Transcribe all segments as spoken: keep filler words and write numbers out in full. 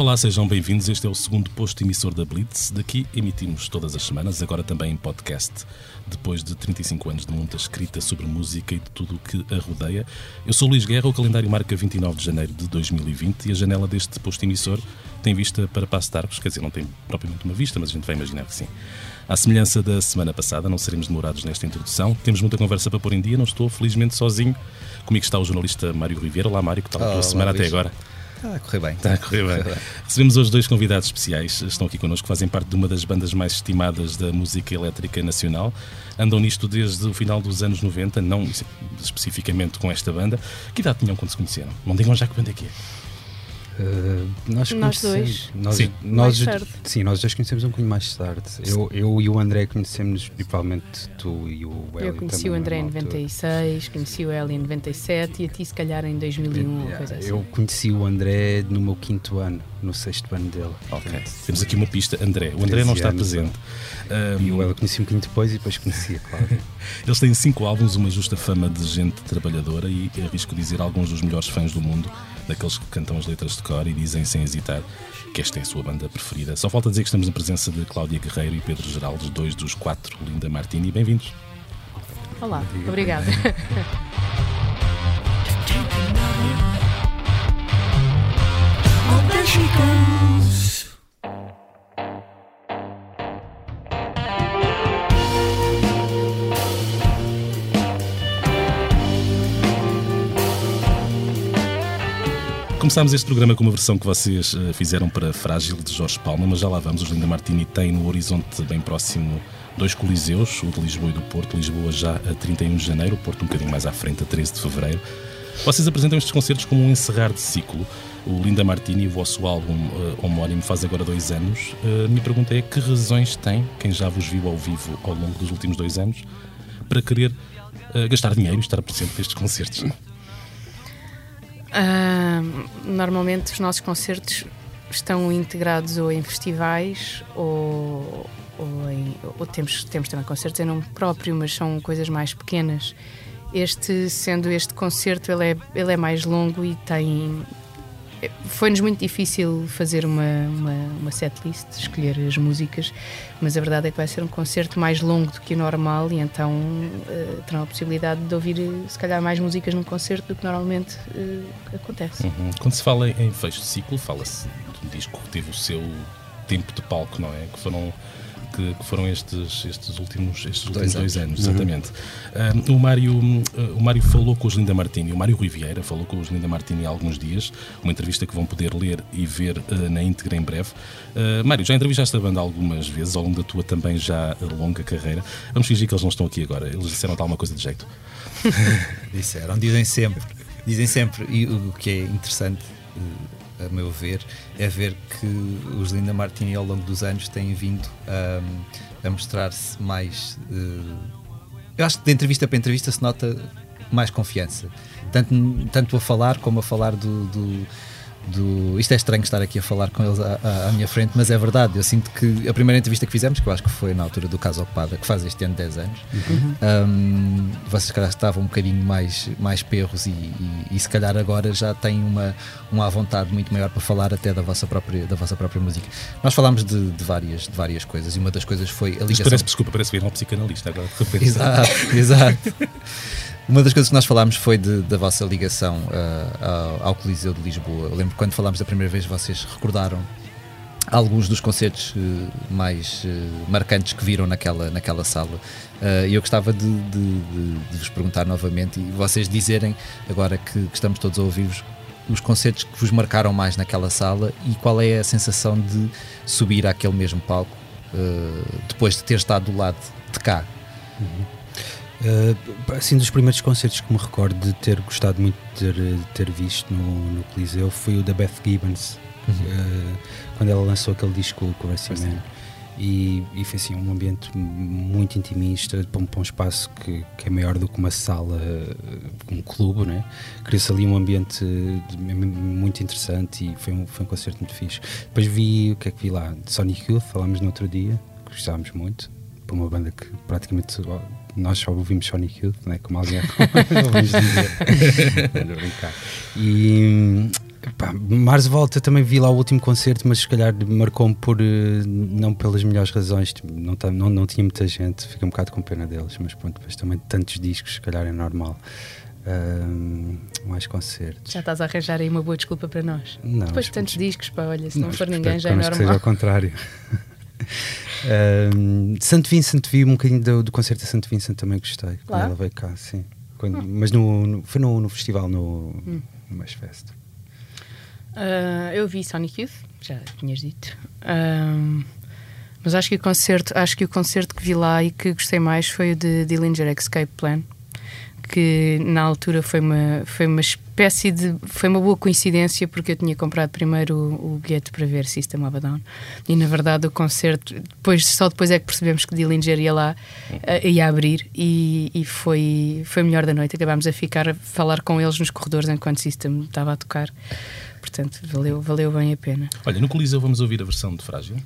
Olá, sejam bem-vindos. Este é o segundo posto emissor da Blitz. Daqui emitimos todas as semanas, agora também em podcast, depois de trinta e cinco anos de muita escrita sobre música e de tudo o que a rodeia. Eu sou Luís Guerra, o calendário marca vinte e nove de janeiro de dois mil e vinte e a janela deste posto emissor tem vista para Paço de Arcos, quer dizer, não tem propriamente uma vista, mas a gente vai imaginar que sim. À semelhança da semana passada, não seremos demorados nesta introdução. Temos muita conversa para pôr em dia, não estou felizmente sozinho. Comigo está o jornalista Mário Ribeiro. Olá, Mário, que tal a tua semana até agora? Está a correr bem. Está a correr bem. bem. Recebemos hoje dois convidados especiais. Estão aqui connosco, fazem parte de uma das bandas mais estimadas da música elétrica nacional. Andam nisto desde o final dos anos noventa, não especificamente com esta banda. Que idade tinham quando se conheceram? Não digam já que banda é que é. Uh, nós nós dois. Nós, sim. Nós, sim, nós dois conhecemos um bocadinho mais tarde. Eu, eu e o André conhecemos principalmente tu e o Hélio. Eu conheci o André em noventa e seis, conheci o Hélio em noventa e sete e a ti se calhar em dois mil e um. Yeah, coisa assim. Eu conheci o André no meu quinto ano, no sexto ano dele. Ok. Temos aqui uma pista. André. O André não está anos, presente. Um, e o Hélio conheci um bocadinho depois e depois conhecia, claro. Eles têm cinco álbuns, uma justa fama de gente trabalhadora e arrisco dizer alguns dos melhores fãs do mundo, daqueles que cantam as letras de cor e dizem sem hesitar que esta é a sua banda preferida. Só falta dizer que estamos na presença de Cláudia Guerreiro e Pedro Geraldes, dois dos quatro Linda Martini. Bem-vindos. Olá, obrigada. Começámos este programa com uma versão que vocês uh, fizeram para Frágil, de Jorge Palma, mas já lá vamos. Os Linda Martini têm no horizonte bem próximo dois coliseus, o de Lisboa e do Porto. Lisboa já a trinta e um de janeiro, o Porto um bocadinho mais à frente, a treze de fevereiro. Vocês apresentam estes concertos como um encerrar de ciclo. O Linda Martini, o vosso álbum uh, homónimo, faz agora dois anos. Uh, a minha pergunta é: que razões tem quem já vos viu ao vivo ao longo dos últimos dois anos para querer uh, gastar dinheiro e estar presente nestes concertos? Uh, normalmente os nossos concertos estão integrados ou em festivais ou, ou, em, ou temos, temos também concertos em nome próprio, mas são coisas mais pequenas. Este, sendo este concerto, ele é, ele é mais longo e tem... Foi-nos muito difícil fazer uma, uma, uma setlist, escolher as músicas, mas a verdade é que vai ser um concerto mais longo do que o normal e então uh, terão a possibilidade de ouvir se calhar mais músicas num concerto do que normalmente uh, acontece. Uhum. Quando se fala em fecho de ciclo, fala-se de um disco que teve o seu tempo de palco, não é? Que foram... Que, que foram estes, estes últimos, estes últimos dois, dois anos, anos exatamente. Uhum. Um, o, Mário, o Mário falou com os Linda Martini, o Mário Rui Vieira falou com os Linda Martini há alguns dias, uma entrevista que vão poder ler e ver uh, na íntegra em breve. Uh, Mário, já entrevistaste a banda algumas vezes, ao longo da tua também já longa carreira. Vamos fingir que eles não estão aqui agora, eles disseram-te alguma coisa de jeito. Disseram, dizem sempre, dizem sempre, e o que é interessante, a meu ver, é ver que os Linda Martini ao longo dos anos têm vindo a, a mostrar-se mais. Uh, eu acho que de entrevista para entrevista se nota mais confiança, tanto, tanto a falar como a falar do, do, do. Isto é estranho estar aqui a falar com eles à, à, à minha frente, mas é verdade. Eu sinto que a primeira entrevista que fizemos, que eu acho que foi na altura do Casa Ocupada, que faz este ano dez anos, uhum. um, vocês calhar estavam um bocadinho mais, mais perros e, e, e se calhar agora já têm uma, uma vontade muito maior para falar até da vossa própria, da vossa própria música. Nós falámos de, de, várias, de várias coisas e uma das coisas foi a ligação. Mas parece, desculpa, parece vir um psicanalista agora de repente. Exato, exato. Uma das coisas que nós falámos foi de, da vossa ligação uh, ao, ao Coliseu de Lisboa. Eu lembro que quando falámos da primeira vez, vocês recordaram alguns dos concertos uh, mais uh, marcantes que viram naquela, naquela sala. E uh, eu gostava de, de, de, de vos perguntar novamente e vocês dizerem, agora que, que estamos todos a ouvir-vos, os concertos que vos marcaram mais naquela sala e qual é a sensação de subir àquele mesmo palco uh, depois de ter estado do lado de cá. Uhum. Uh, assim, dos primeiros concertos que me recordo de ter gostado muito de ter, de ter visto no, no Coliseu foi o da Beth Gibbons, uhum. uh, quando ela lançou aquele disco com o Racing Man, e, e foi assim um ambiente muito intimista para um, para um espaço que, que é maior do que uma sala, um clube, né? Criou-se ali um ambiente de, muito interessante e foi um, foi um concerto muito fixe. Depois vi, o que é que vi lá? Sonic Youth, falámos no outro dia, gostávamos muito, para uma banda que praticamente nós só ouvimos Sonic Youth, né? Como alguém ouvimos dizer. E Pá, Mars Volta também vi lá o último concerto, mas se calhar marcou-me por não pelas melhores razões, não, não, não tinha muita gente, fiquei um bocado com pena deles, mas pronto, depois também tantos discos, se calhar é normal. Um, mais concertos. Já estás a arranjar aí uma boa desculpa para nós. Não, depois de tantos discos, pá, olha, se não, não for ninguém já é normal. Que seja ao contrário. um, Santo Vincent, vi um bocadinho do, do concerto de Santo Vincent, também gostei. Quando ela veio cá, sim. Quando, hum. Mas no, no, foi no, no festival, no, hum. no Mais Fest. Uh, eu vi Sonic Youth, já tinhas dito. Um, mas acho que o concerto, acho que o concerto que vi lá e que gostei mais foi o de Dillinger Escape Plan, que na altura foi uma, foi uma espécie de... foi uma boa coincidência, porque eu tinha comprado primeiro o, o bilhete para ver System of a Down e na verdade o concerto, depois, só depois é que percebemos que Dillinger ia lá, uh, ia abrir e, e foi, foi o melhor da noite. Acabámos a ficar a falar com eles nos corredores enquanto System estava a tocar, portanto valeu, valeu bem a pena. Olha, no Coliseu vamos ouvir a versão de Frágil?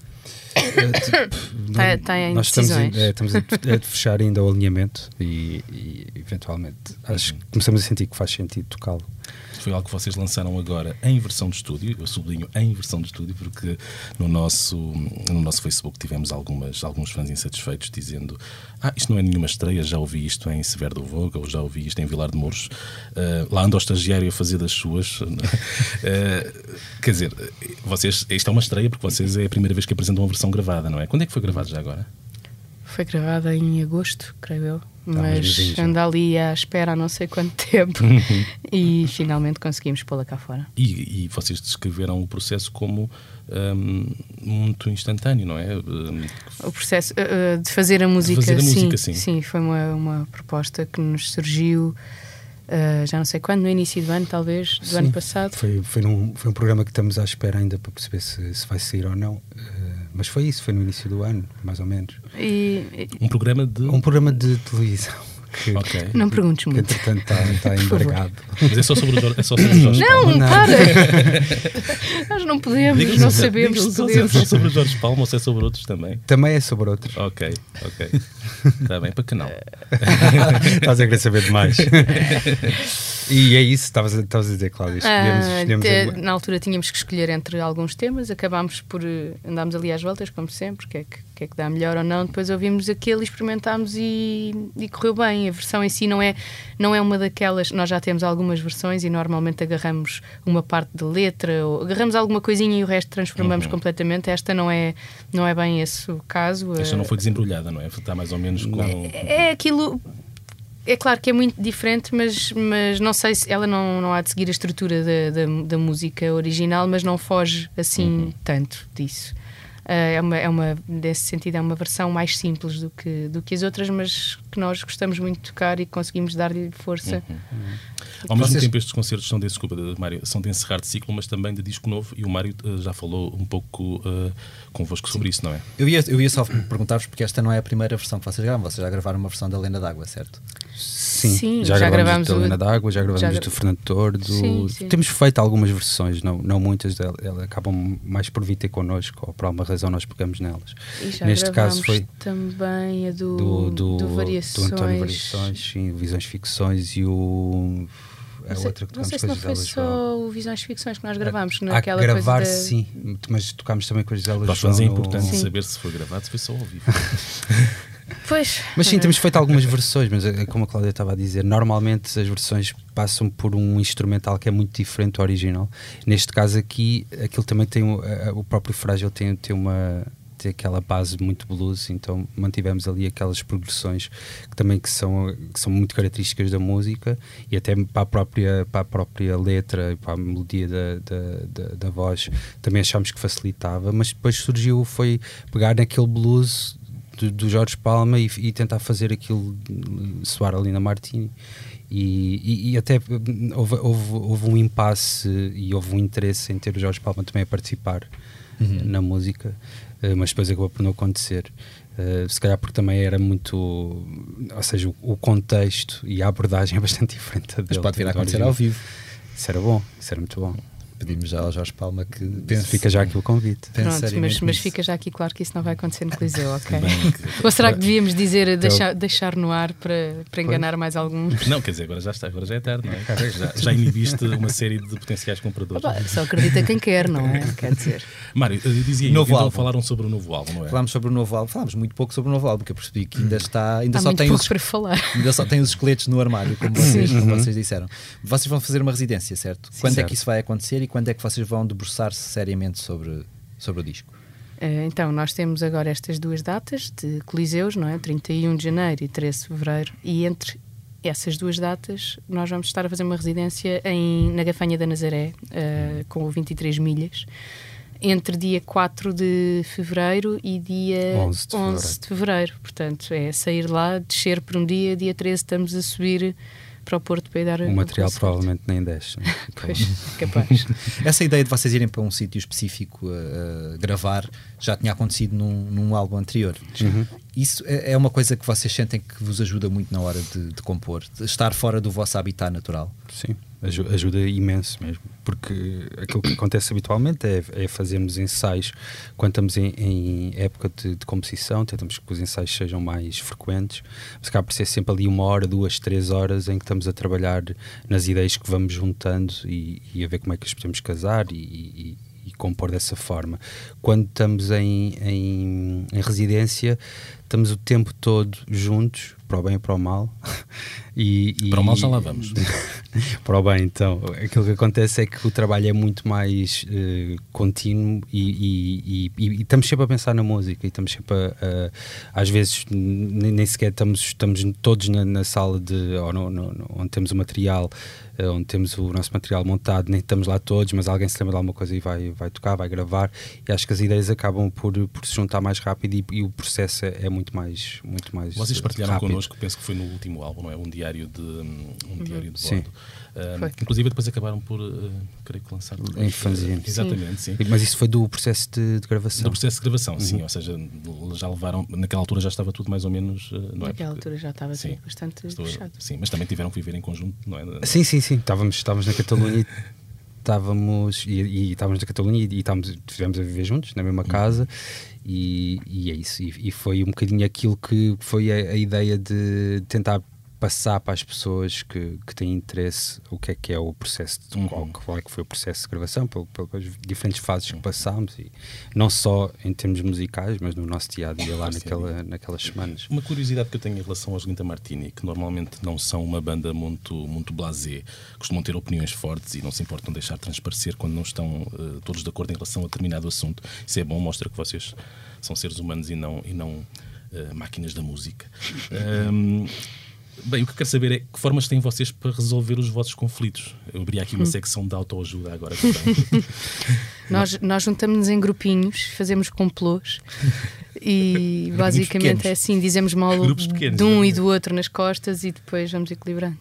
Está tá em Nós estamos, decisões. em, é, estamos a, a fechar ainda o alinhamento e, e eventualmente acho que começamos a sentir que faz sentido tocá-lo. Foi algo que vocês lançaram agora em versão de estúdio. Eu sublinho em versão de estúdio porque no nosso, no nosso Facebook tivemos algumas, alguns fãs insatisfeitos dizendo: ah, isto não é nenhuma estreia, já ouvi isto em Severo do Voga ou já ouvi isto em Vilar de Mouros. Uh, lá anda o estagiário a fazer das suas. uh, quer dizer, vocês, isto é uma estreia porque vocês é a primeira vez que apresentam uma versão gravada, não é? Quando é que foi gravado já agora? Foi gravada em agosto, creio eu. Mas ah, anda ali à espera há não sei quanto tempo e finalmente conseguimos pô-la cá fora. E, e vocês descreveram o processo como um, muito instantâneo, não é? Um, o processo uh, de fazer a música, de fazer a sim, música sim. Sim, foi uma, uma proposta que nos surgiu uh, já não sei quando, no início do ano, talvez, do sim, ano passado. Foi, foi, num, foi um programa que estamos à espera ainda para perceber se, se vai sair ou não. Uh, Mas foi isso, foi no início do ano, mais ou menos. E, um programa de... Um programa de televisão. Que, okay. Não perguntes muito. Que entretanto está, está embargado. Mas é só sobre o Jorge, é só sobre o Jorge não, Palma? Não, para! Nós não podemos, diga não sabemos se podemos. Se é sobre o Jorge Palma ou se é sobre outros também? Também é sobre outros. Ok, ok. Está bem, para que não? Estás a querer saber demais. E é isso, estavas a, estavas a dizer, Cláudia. Escolhemos, ah, escolhemos te, a... Na altura tínhamos que escolher entre alguns temas, acabámos por. Andámos ali às voltas, como sempre, o que, é que, que é que dá melhor ou não. Depois ouvimos aquele, experimentámos e, e correu bem. A versão em si não é, não é uma daquelas. Nós já temos algumas versões e normalmente agarramos uma parte de letra, ou agarramos alguma coisinha e o resto transformamos uhum. completamente. Esta não é, não é bem esse o caso. Esta não foi desembrulhada, não é? Está mais ou menos com. É, é aquilo. É claro que é muito diferente, mas, mas não sei se ela não, não há de seguir a estrutura da, da, da música original, mas não foge assim uhum. tanto disso. Uh, é uma, é uma, nesse sentido, é uma versão mais simples do que, do que as outras, mas que nós gostamos muito de tocar e conseguimos dar-lhe força. Uhum. Uhum. Ao mesmo Vocês... tempo, estes concertos são de, desculpa, Mário, são de encerrar de ciclo, mas também de disco novo, e o Mário uh, já falou um pouco uh, convosco sobre isso, não é? Eu ia, eu ia só perguntar-vos, porque esta não é a primeira versão que vocês gravam, vocês já gravaram uma versão da Lena d'Água, certo? Sim, sim, já, já gravamos da o... Lena d'Água, já gravamos já... do Fernando Tordo. Sim, sim. Temos feito algumas versões, não, não muitas delas, elas acabam mais por vir ter connosco, ou por alguma razão nós pegamos nelas. E já Neste caso foi também a do, do, do, do Variações. do António Variações, sim, Visões Ficções e o... A não sei, outra que não sei se não foi só o Visões Ficções que nós gravámos naquela gravar, coisa da... sim, mas tocámos também com as Gisela Para os fãs é no... importante sim. saber se foi gravado, se foi só ao vivo. Pois. Mas sim, temos feito algumas versões, mas como a Cláudia estava a dizer, normalmente as versões passam por um instrumental que é muito diferente do original. Neste caso aqui, aquilo também tem o próprio Frágil tem, tem uma tem aquela base muito blues, então mantivemos ali aquelas progressões que também que são, que são muito características da música e até para a própria, para a própria letra e para a melodia da, da, da, da voz também achámos que facilitava, mas depois surgiu, foi pegar naquele blues do, do Jorge Palma e, e tentar fazer aquilo soar ali na Martini. E, e, e até houve, houve, houve um impasse e houve um interesse em ter o Jorge Palma também a participar uhum. na música, uh, mas depois acabou por não acontecer. Uh, se calhar porque também era muito, ou seja, o, o contexto e a abordagem é bastante diferente. Mas pode vir a acontecer ao vivo. Isso era bom, isso era muito bom. Pedimos já ao Jorge Palma que pense, fica já aqui o convite. Pronto, mas, mas fica já aqui claro que isso não vai acontecer no Coliseu, ok? Ou será que devíamos dizer deixar, deixar no ar para, para enganar mais algum? Não, quer dizer, agora já está, agora já é tarde, não é? Já, já inibiste uma série de potenciais compradores. Opa, só acredita quem quer, não é? Quer dizer. Mário, eu dizia novo então álbum. Falaram sobre o novo álbum, não é? Falámos sobre o novo álbum, falámos muito pouco sobre o novo álbum, porque eu percebi que ainda está, ainda Há só muito tem pouco os, para falar. ainda só tem os esqueletos no armário, como vocês, como vocês disseram. Vocês vão fazer uma residência, certo? Sim, quando certo. é que isso vai acontecer e quando é que vocês vão debruçar-se seriamente sobre, sobre o disco? Uh, então, nós temos agora estas duas datas de Coliseus, não é? trinta e um de janeiro e treze de fevereiro, e entre essas duas datas nós vamos estar a fazer uma residência em, na Gafanha da Nazaré, uh, com vinte e três milhas, entre dia quatro de fevereiro e dia onze de fevereiro. onze de fevereiro. Portanto, é sair lá, descer por um dia, dia treze estamos a subir para o Porto para ir dar O um material concerto. provavelmente nem desce. Né? Pois, capaz. Essa ideia de vocês irem para um sítio específico a, a gravar já tinha acontecido num, num álbum anterior. Uhum. Isso é é uma coisa que vocês sentem que vos ajuda muito na hora de, de compor, de estar fora do vosso habitat natural? Sim, aju- ajuda imenso mesmo, porque aquilo que acontece habitualmente é, é fazermos ensaios quando estamos em, em época de, de composição, tentamos que os ensaios sejam mais frequentes, mas acaba por ser sempre ali uma hora, duas, três horas em que estamos a trabalhar nas ideias que vamos juntando e, e a ver como é que as podemos casar e, e, e compor dessa forma. Quando estamos em, em, em residência, estamos o tempo todo juntos, para o bem e para o mal. E, e, Para o mal já lá vamos. Para o bem, então, aquilo que acontece é que o trabalho é muito mais uh, contínuo e, e, e, e estamos sempre a pensar na música e estamos sempre a, a às vezes nem, nem sequer estamos, estamos todos na, na sala de, ou no, no, no, onde temos o material, uh, onde temos o nosso material montado, nem estamos lá todos, mas alguém se lembra de alguma coisa e vai, vai tocar, vai gravar, e acho que as ideias acabam por, por se juntar mais rápido e, e o processo é, é muito mais, muito mais Vocês partilharam rápido. connosco, penso que foi no último álbum, não é? Um diário de, um Uhum. diário de Sim. bordo. Uh, Foi. inclusive depois acabaram por, uh, creio que lançar Em fanzine. Exatamente, sim. Mas isso foi do processo de, de gravação. Do processo de gravação, Uhum. sim, ou seja, já levaram, naquela altura já estava tudo mais ou menos, uh, não é? Naquela Porque- altura já estava sim, tudo bastante estou- fechado. sim, mas também tiveram que viver em conjunto, não é? Sim, sim, sim. Estávamos, estávamos na Catalunha e estávamos, e, e estávamos na Catalunha e, e estávamos, estivemos a viver juntos na mesma casa e, e é isso. E, e foi um bocadinho aquilo que foi a, a ideia de tentar passar para as pessoas que, que têm interesse o que é que é o processo, de, Uhum. qual, qual é que foi o processo de gravação, pel- pel- pelas diferentes fases que passámos, e não só em termos musicais, mas no nosso dia a dia lá naquela, naquelas semanas. Uma curiosidade que eu tenho em relação aos Linda Martini, que normalmente não são uma banda muito, muito blasé, costumam ter opiniões fortes e não se importam deixar transparecer quando não estão uh, todos de acordo em relação a determinado assunto. Isso é bom, mostra que vocês são seres humanos e não, e não uh, máquinas da música. Um, Bem, o que eu quero saber é que formas têm vocês para resolver os vossos conflitos. Eu abri aqui uma secção de autoajuda agora. Nós, nós juntamos-nos em grupinhos, fazemos complôs e basicamente pequenos. é assim, dizemos mal Grupos pequenos, de um é? e do outro nas costas e depois vamos equilibrando.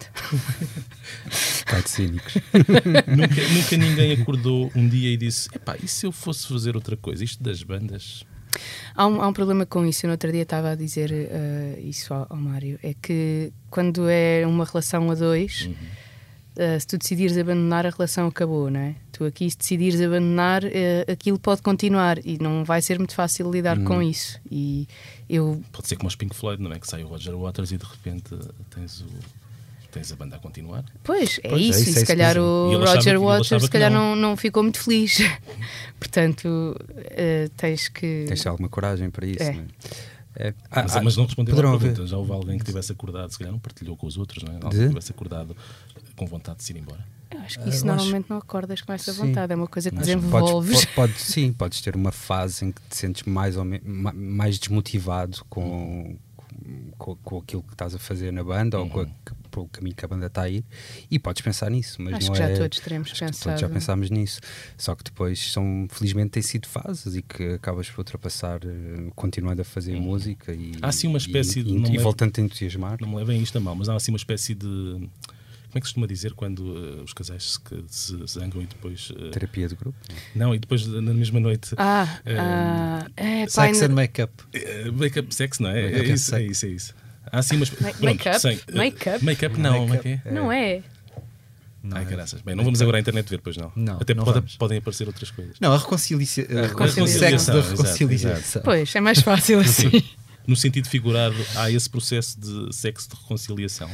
Um bocado cínicos. nunca, nunca ninguém acordou um dia e disse: epá, e se eu fosse fazer outra coisa? Isto das bandas... Há um, há um problema com isso. Eu no outro dia estava a dizer uh, isso ao, ao Mário. É que quando é uma relação a dois, Uhum. uh, se tu decidires abandonar, a relação acabou, não é? Tu aqui, se decidires abandonar, uh, aquilo pode continuar e não vai ser muito fácil lidar Uhum. com isso. E eu... Pode ser como os Pink Floyd, não é? Que sai o Roger Waters e de repente tens, o, tens a banda a continuar. Pois, é Pois, é isso. isso, E é se isso calhar mesmo. o E ele achava que- Roger ele Waters achava se que calhar não. não, não ficou muito feliz. Portanto, uh, tens que... Tens alguma coragem para isso, É. não é? É. Ah, Mas, ah, mas não respondeu à poderão pergunta. haver- Já houve alguém que tivesse acordado, se calhar não partilhou com os outros, não é? Alguém De? que tivesse acordado com vontade de se ir embora. Eu acho que Ah, isso eu acho- normalmente não acordas com essa Sim. vontade. É uma coisa que Mas desenvolves. Podes, po- pode, sim, podes ter uma fase em que te sentes mais, ou me- ma- mais desmotivado com, com, com aquilo que estás a fazer na banda ou com a, pelo caminho que a banda está a ir, e podes pensar nisso, mas Acho não que já é, todos teremos acho que pensado. todos já pensámos nisso, só que depois são, felizmente têm sido fases e que acabas por ultrapassar, eh, continuando a fazer Uhum. música e, Há assim uma espécie e, de- e, não e é- voltando a entusiasmar. Não me levem isto a mal, mas há assim uma espécie de... Como é que se costuma dizer quando uh, os casais que se zangam e depois... uh, Terapia de grupo. Não, e depois na mesma noite... Ah, Eh, ah é, pá, Sex ainda- and Make-up. uh, make-up sex, não é? É Make-up isso, é isso, é isso. Há assim umas... Ma- pronto, make-up? sem- uh, Make-up? Make-up não, Make-up. como é que é? Não é. Não Ai, é? graças. Bem, não vamos agora à internet ver, pois não. Não, Até não pode, vamos. podem aparecer outras coisas. Não, a reconciliação. A reconciliação. O sexo da Exato, reconciliação. exato. Pois, é mais fácil assim. No sentido figurado, há esse processo de sexo de reconciliação.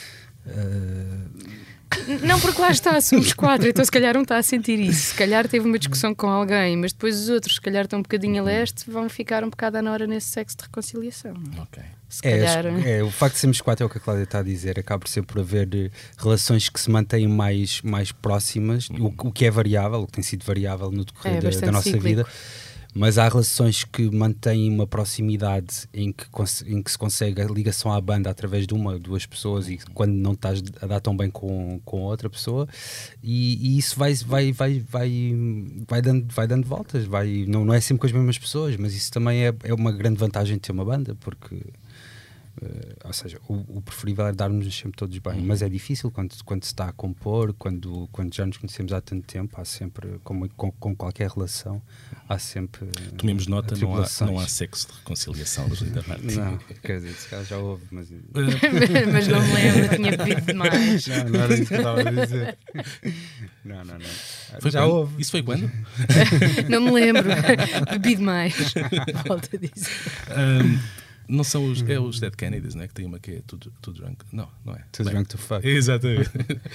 Uh, Não, porque lá está, somos quatro, então se calhar um está a sentir isso. Se calhar teve uma discussão com alguém, mas depois os outros, se calhar estão um bocadinho a leste, vão ficar um bocado à nora nesse sexo de reconciliação. Ok. Se É, calhar. acho- é, o facto de sermos quatro é o que a Cláudia está a dizer. Acaba por sempre por haver eh, relações que se mantêm mais, mais próximas, o, o que é variável, o que tem sido variável no decorrer É da, bastante da nossa cíclico. vida. Mas há relações que mantêm uma proximidade em que, cons- em que se consegue a ligação à banda através de uma, duas pessoas e quando não estás a dar tão bem com, com outra pessoa e, e isso vai, vai, vai, vai, vai, dando, vai dando voltas, vai, não, não é sempre com as mesmas pessoas, mas isso também é, é uma grande vantagem de ter uma banda, porque Uh, ou seja, o, o preferível é darmos sempre todos bem, Uhum. mas é difícil quando, quando se está a compor, quando, quando já nos conhecemos há tanto tempo, há sempre, como com, com qualquer relação, há sempre. Tomemos nota, não há, tribulações. não há sexo de reconciliação dos Linda Martin. Não, quer dizer, se calhar já houve, mas. Mas não me lembro, tinha bebido demais. Não, não era isso que eu estava a dizer. Não, não, não. Foi já quando? houve. Isso foi quando? Não me lembro, bebi demais. Volto a dizer. Um, não são os, é os Dead Kennedys, né? Que tem uma que é Too, too Drunk. Não, não é. Too Bem, drunk to fuck. Exatamente.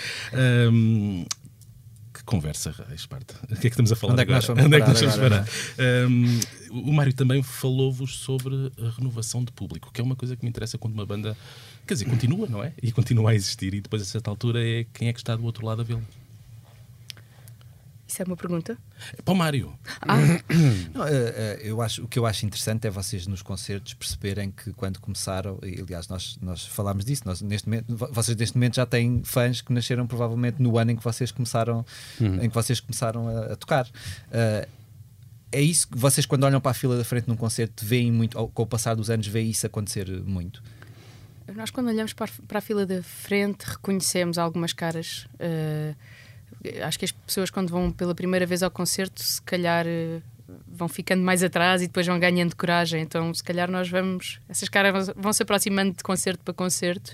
Um, que conversa, Esparta. O que é que estamos a falar Onde é que agora? nós vamos Onde é que nós parar vamos agora, parar? Um, o Mário também falou-vos sobre a renovação de público, que é uma coisa que me interessa quando uma banda, quer dizer, continua, não é? E continua a existir, e depois a certa altura é quem é que está do outro lado a vê-lo. Isso é uma pergunta? É para o Mário. Ah, Não, uh, uh, eu acho, o que eu acho interessante é vocês nos concertos perceberem que quando começaram, e aliás nós, nós falámos disso, nós, neste momento, vo- vocês neste momento já têm fãs que nasceram provavelmente no ano em que vocês começaram, Uhum. em que vocês começaram a, a tocar. Uh, é isso que vocês, quando olham para a fila da frente num concerto, veem muito, ao- com o passar dos anos, veem isso acontecer muito. nós, quando olhamos para a, para a fila da frente, reconhecemos algumas caras. Uh, acho que as pessoas, quando vão pela primeira vez ao concerto, se calhar uh, vão ficando mais atrás e depois vão ganhando coragem. Então, se calhar, nós vamos. Essas caras vão, vão se aproximando de concerto para concerto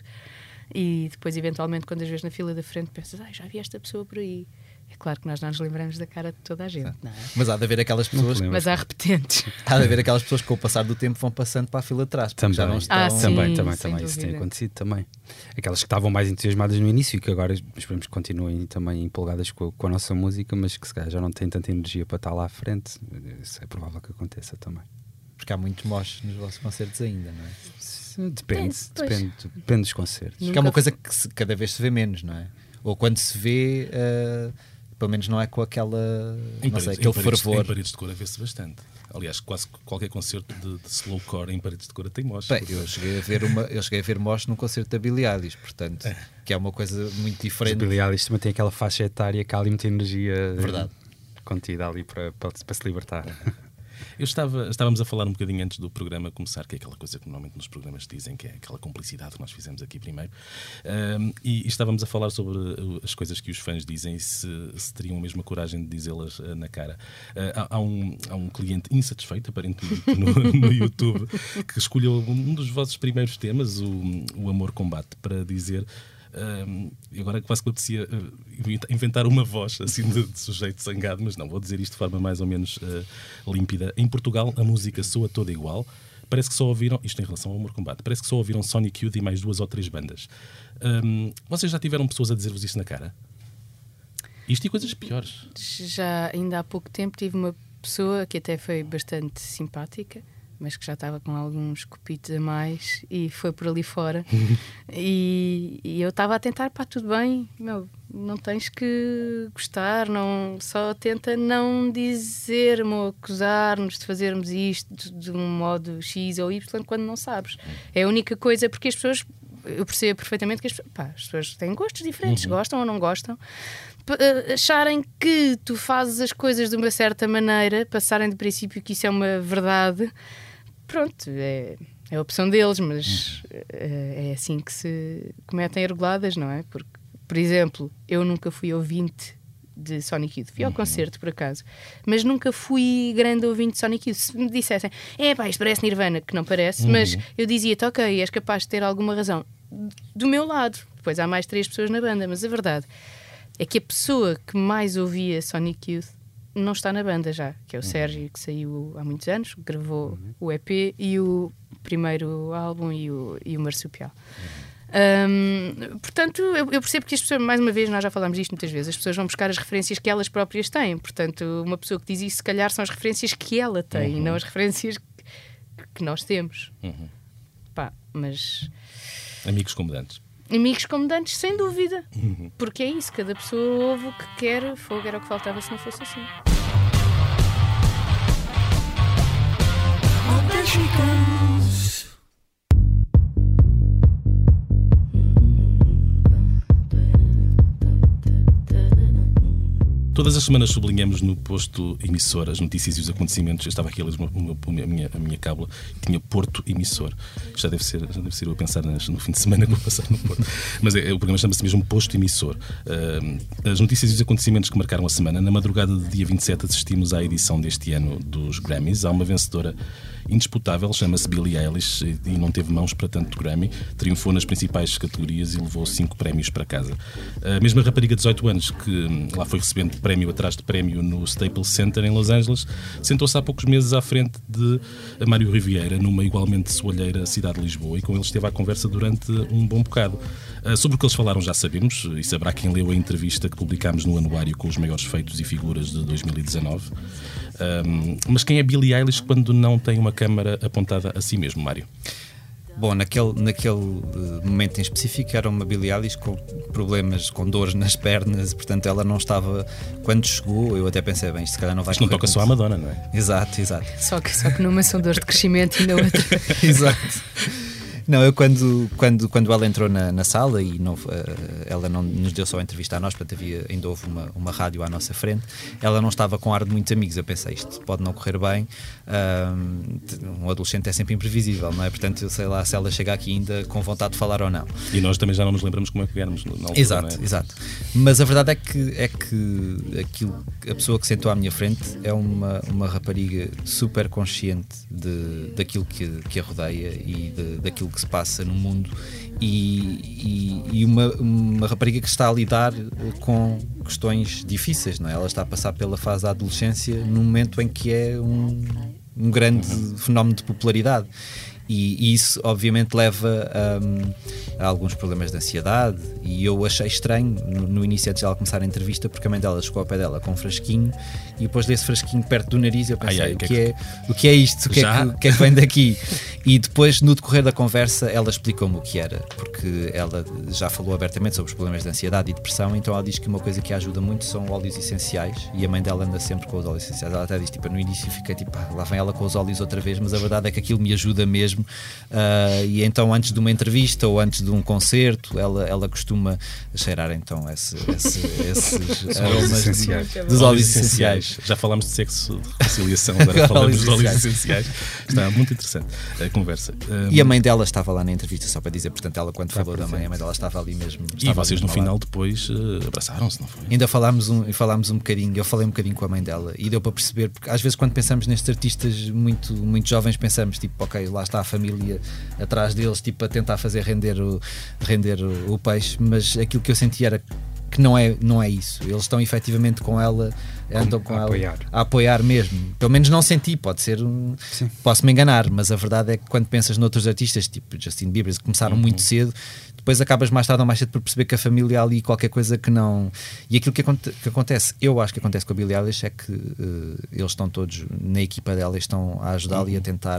e depois, eventualmente, quando as vês na fila da frente, pensas, ah, já vi esta pessoa por aí. É claro que nós não nos lembramos da cara de toda a gente, não é? Mas há de haver aquelas pessoas, lembro. Mas há repetentes. há de haver aquelas pessoas que com o passar do tempo vão passando para a fila de trás. porque Também, já não estão... Ah, sim. também, também, sem também. Isso tem dúvida. acontecido também. Aquelas que estavam mais entusiasmadas no início e que agora esperemos que continuem também empolgadas com a, com a nossa música, mas que se calhar já não têm tanta energia para estar lá à frente. Isso é provável que aconteça também. Porque há muitos moches nos vossos concertos ainda, não é? Depende, É, pois. depende, depende dos concertos. Que é Nunca uma coisa que se- cada vez se vê menos, não é? Ou quando se vê, uh, pelo menos não é com aquela, Em não sei, paredes, aquele em paredes, fervor. em paredes de cora vê-se bastante. Aliás, quase qualquer concerto de, de slowcore em paredes de cora tem mosh. Bem, eu cheguei a ver uma, eu cheguei a ver mosh num concerto da Billie Eilish, portanto, que é uma coisa muito Os diferente. Billie Eilish também tem aquela faixa etária que há ali muita energia Verdade. contida ali para, para, para se libertar. Eu estava, estávamos a falar um bocadinho antes do programa começar, que é aquela coisa que normalmente nos programas dizem, que é aquela cumplicidade que nós fizemos aqui primeiro. Um, e, e estávamos a falar sobre uh, as coisas que os fãs dizem e se, se teriam a mesma coragem de dizê-las uh, na cara. Uh, há, há, um, há um cliente insatisfeito, aparentemente, no, no YouTube, que escolheu um dos vossos primeiros temas, o, o Amor Combate, para dizer. Um, e agora quase que eu apetecia uh, inventar uma voz assim de, de sujeito zangado, mas não, vou dizer isto de forma mais ou menos uh, límpida. Em Portugal a música soa toda igual. Parece que só ouviram, isto em relação ao Amor Combate, parece que só ouviram Sonic Youth e mais duas ou três bandas. Um, vocês já tiveram pessoas a dizer-vos isso na cara? Isto e coisas piores. Já ainda há pouco tempo tive uma pessoa que até foi bastante simpática, mas que já estava com alguns copitos a mais e foi por ali fora. e, e eu estava a tentar, pá, tudo bem, meu, não tens que gostar, não, só tenta não dizer-me ou acusar-nos de fazermos isto de, de um modo X ou Y quando não sabes. É a única coisa, porque as pessoas, eu percebo perfeitamente que as, pá, as pessoas têm gostos diferentes, Uhum. gostam ou não gostam. P- uh, acharem que tu fazes as coisas de uma certa maneira, passarem de princípio que isso é uma verdade, pronto, é, é a opção deles, mas uh, é assim que se cometem argoladas, não é? Porque, por exemplo, eu nunca fui ouvinte de Sonic Youth, fui ao concerto por acaso, mas nunca fui grande ouvinte de Sonic Youth. Se me dissessem, é pá, isto parece Nirvana, que não parece, mas eu dizia-te, ok, és capaz de ter alguma razão do meu lado. Depois há mais três pessoas na banda, mas a verdade é que a pessoa que mais ouvia Sonic Youth não está na banda já, que é o uhum. Sérgio, que saiu há muitos anos, gravou uhum. o E P e o primeiro álbum e o, e o Marsupial. Uhum. Um, portanto, eu, eu percebo que as pessoas, mais uma vez, nós já falámos disto muitas vezes, as pessoas vão buscar as referências que elas próprias têm. Portanto, uma pessoa que diz isso, se calhar, são as referências que ela tem uhum. e não as referências que, que nós temos. Uhum. Pá, mas... Amigos comodantes. Amigos comodantes, sem dúvida. Uhum. Porque é isso, cada pessoa ouve o que quer. Fogo era o que faltava se não fosse assim. Oh, there she goes. Todas as semanas sublinhamos no posto emissor as notícias e os acontecimentos. Eu estava aqui a ler a minha, a minha cábula e tinha Porto Emissor. Já deve ser, já deve ser eu a pensar nas, no fim de semana que vou passar no Porto. Mas é, o programa chama-se mesmo Posto Emissor. Uh, as notícias e os acontecimentos que marcaram a semana. Na madrugada do dia vinte e sete assistimos à edição deste ano dos Grammys. Há uma vencedora indisputável, chama-se Billie Eilish e não teve mãos para tanto Grammy. Triunfou nas principais categorias e levou cinco prémios para casa. A mesma rapariga de dezoito anos que lá foi recebendo prémio atrás de prémio no Staples Center em Los Angeles, sentou-se há poucos meses à frente de Mário Riviera numa igualmente soalheira cidade de Lisboa e com ele esteve à conversa durante um bom bocado. Sobre o que eles falaram já sabemos e saberá quem leu a entrevista que publicámos no anuário com os maiores feitos e figuras de dois mil e dezanove. Um, mas quem é Billie Eilish quando não tem uma câmara apontada a si mesmo, Mário? Bom, naquele, naquele uh, momento em específico era uma Billie Eilish com problemas, com dores nas pernas, portanto ela não estava, quando chegou, eu até pensei, bem, isto se calhar não vai... Isto não toca só a Madonna, não é? Exato, exato. Só que, só que numa são dores de crescimento e na outra... Exato. Não, eu quando, quando, quando ela entrou na, na sala e não, uh, ela não nos deu só a entrevista a nós, portanto havia, ainda houve uma, uma rádio à nossa frente, ela não estava com ar de muitos amigos. Eu pensei, isto pode não correr bem, um, um adolescente é sempre imprevisível, não é? Portanto eu sei lá se ela chega aqui ainda com vontade de falar ou não. E nós também já não nos lembramos como é que éramos na altura, exato, não é? Exato. Mas a verdade é que, é que aquilo, a pessoa que sentou à minha frente é uma, uma rapariga super consciente de, daquilo que, que a rodeia e de, daquilo que se passa no mundo e, e, e uma, uma rapariga que está a lidar com questões difíceis, não é? Ela está a passar pela fase da adolescência num momento em que é um, um grande uhum. fenómeno de popularidade. E, e isso obviamente leva um, a alguns problemas de ansiedade e eu achei estranho no, no início antes dela começar a entrevista porque a mãe dela chegou ao pé dela com um frasquinho e depois desse frasquinho perto do nariz eu pensei, ai, ai, o, que que é, o que é isto? O que é que, o que é que vem daqui? E depois no decorrer da conversa ela explicou-me o que era, porque ela já falou abertamente sobre os problemas de ansiedade e depressão, então ela diz que uma coisa que a ajuda muito são óleos essenciais e a mãe dela anda sempre com os óleos essenciais. Ela até diz, tipo, no início fiquei tipo, ah, lá vem ela com os óleos outra vez, mas a verdade é que aquilo me ajuda mesmo. Uh, e então antes de uma entrevista ou antes de um concerto ela, ela costuma cheirar então esse, esse, esses aromas essenciais. De, dos óleos essenciais. Já falámos de sexo, de reconciliação, agora falamos dos óleos essenciais. Está muito interessante a conversa. Um... E a mãe dela estava lá na entrevista, só para dizer, portanto ela quando falou da mãe, a mãe dela estava ali mesmo. E vocês no final depois uh, abraçaram-se, não foi? Ainda falámos um, falámos um bocadinho, eu falei um bocadinho com a mãe dela e deu para perceber, porque às vezes quando pensamos nestes artistas muito, muito jovens pensamos tipo, ok, lá está a família atrás deles, tipo a tentar fazer render o, render o, o peixe, mas aquilo que eu senti era que não é, não é isso, eles estão efetivamente com ela, andam com a ela apoiar. a apoiar mesmo, pelo menos não senti, pode ser um, posso me enganar, mas a verdade é que quando pensas noutros artistas, tipo Justin Bieber, que começaram uhum. muito cedo, depois acabas mais tarde ou mais cedo por perceber que a família há ali qualquer coisa que não... E aquilo que, aconte que acontece, eu acho que acontece com a Billie Eilish é que uh, eles estão todos na equipa dela, estão a ajudá-la uhum. e a tentar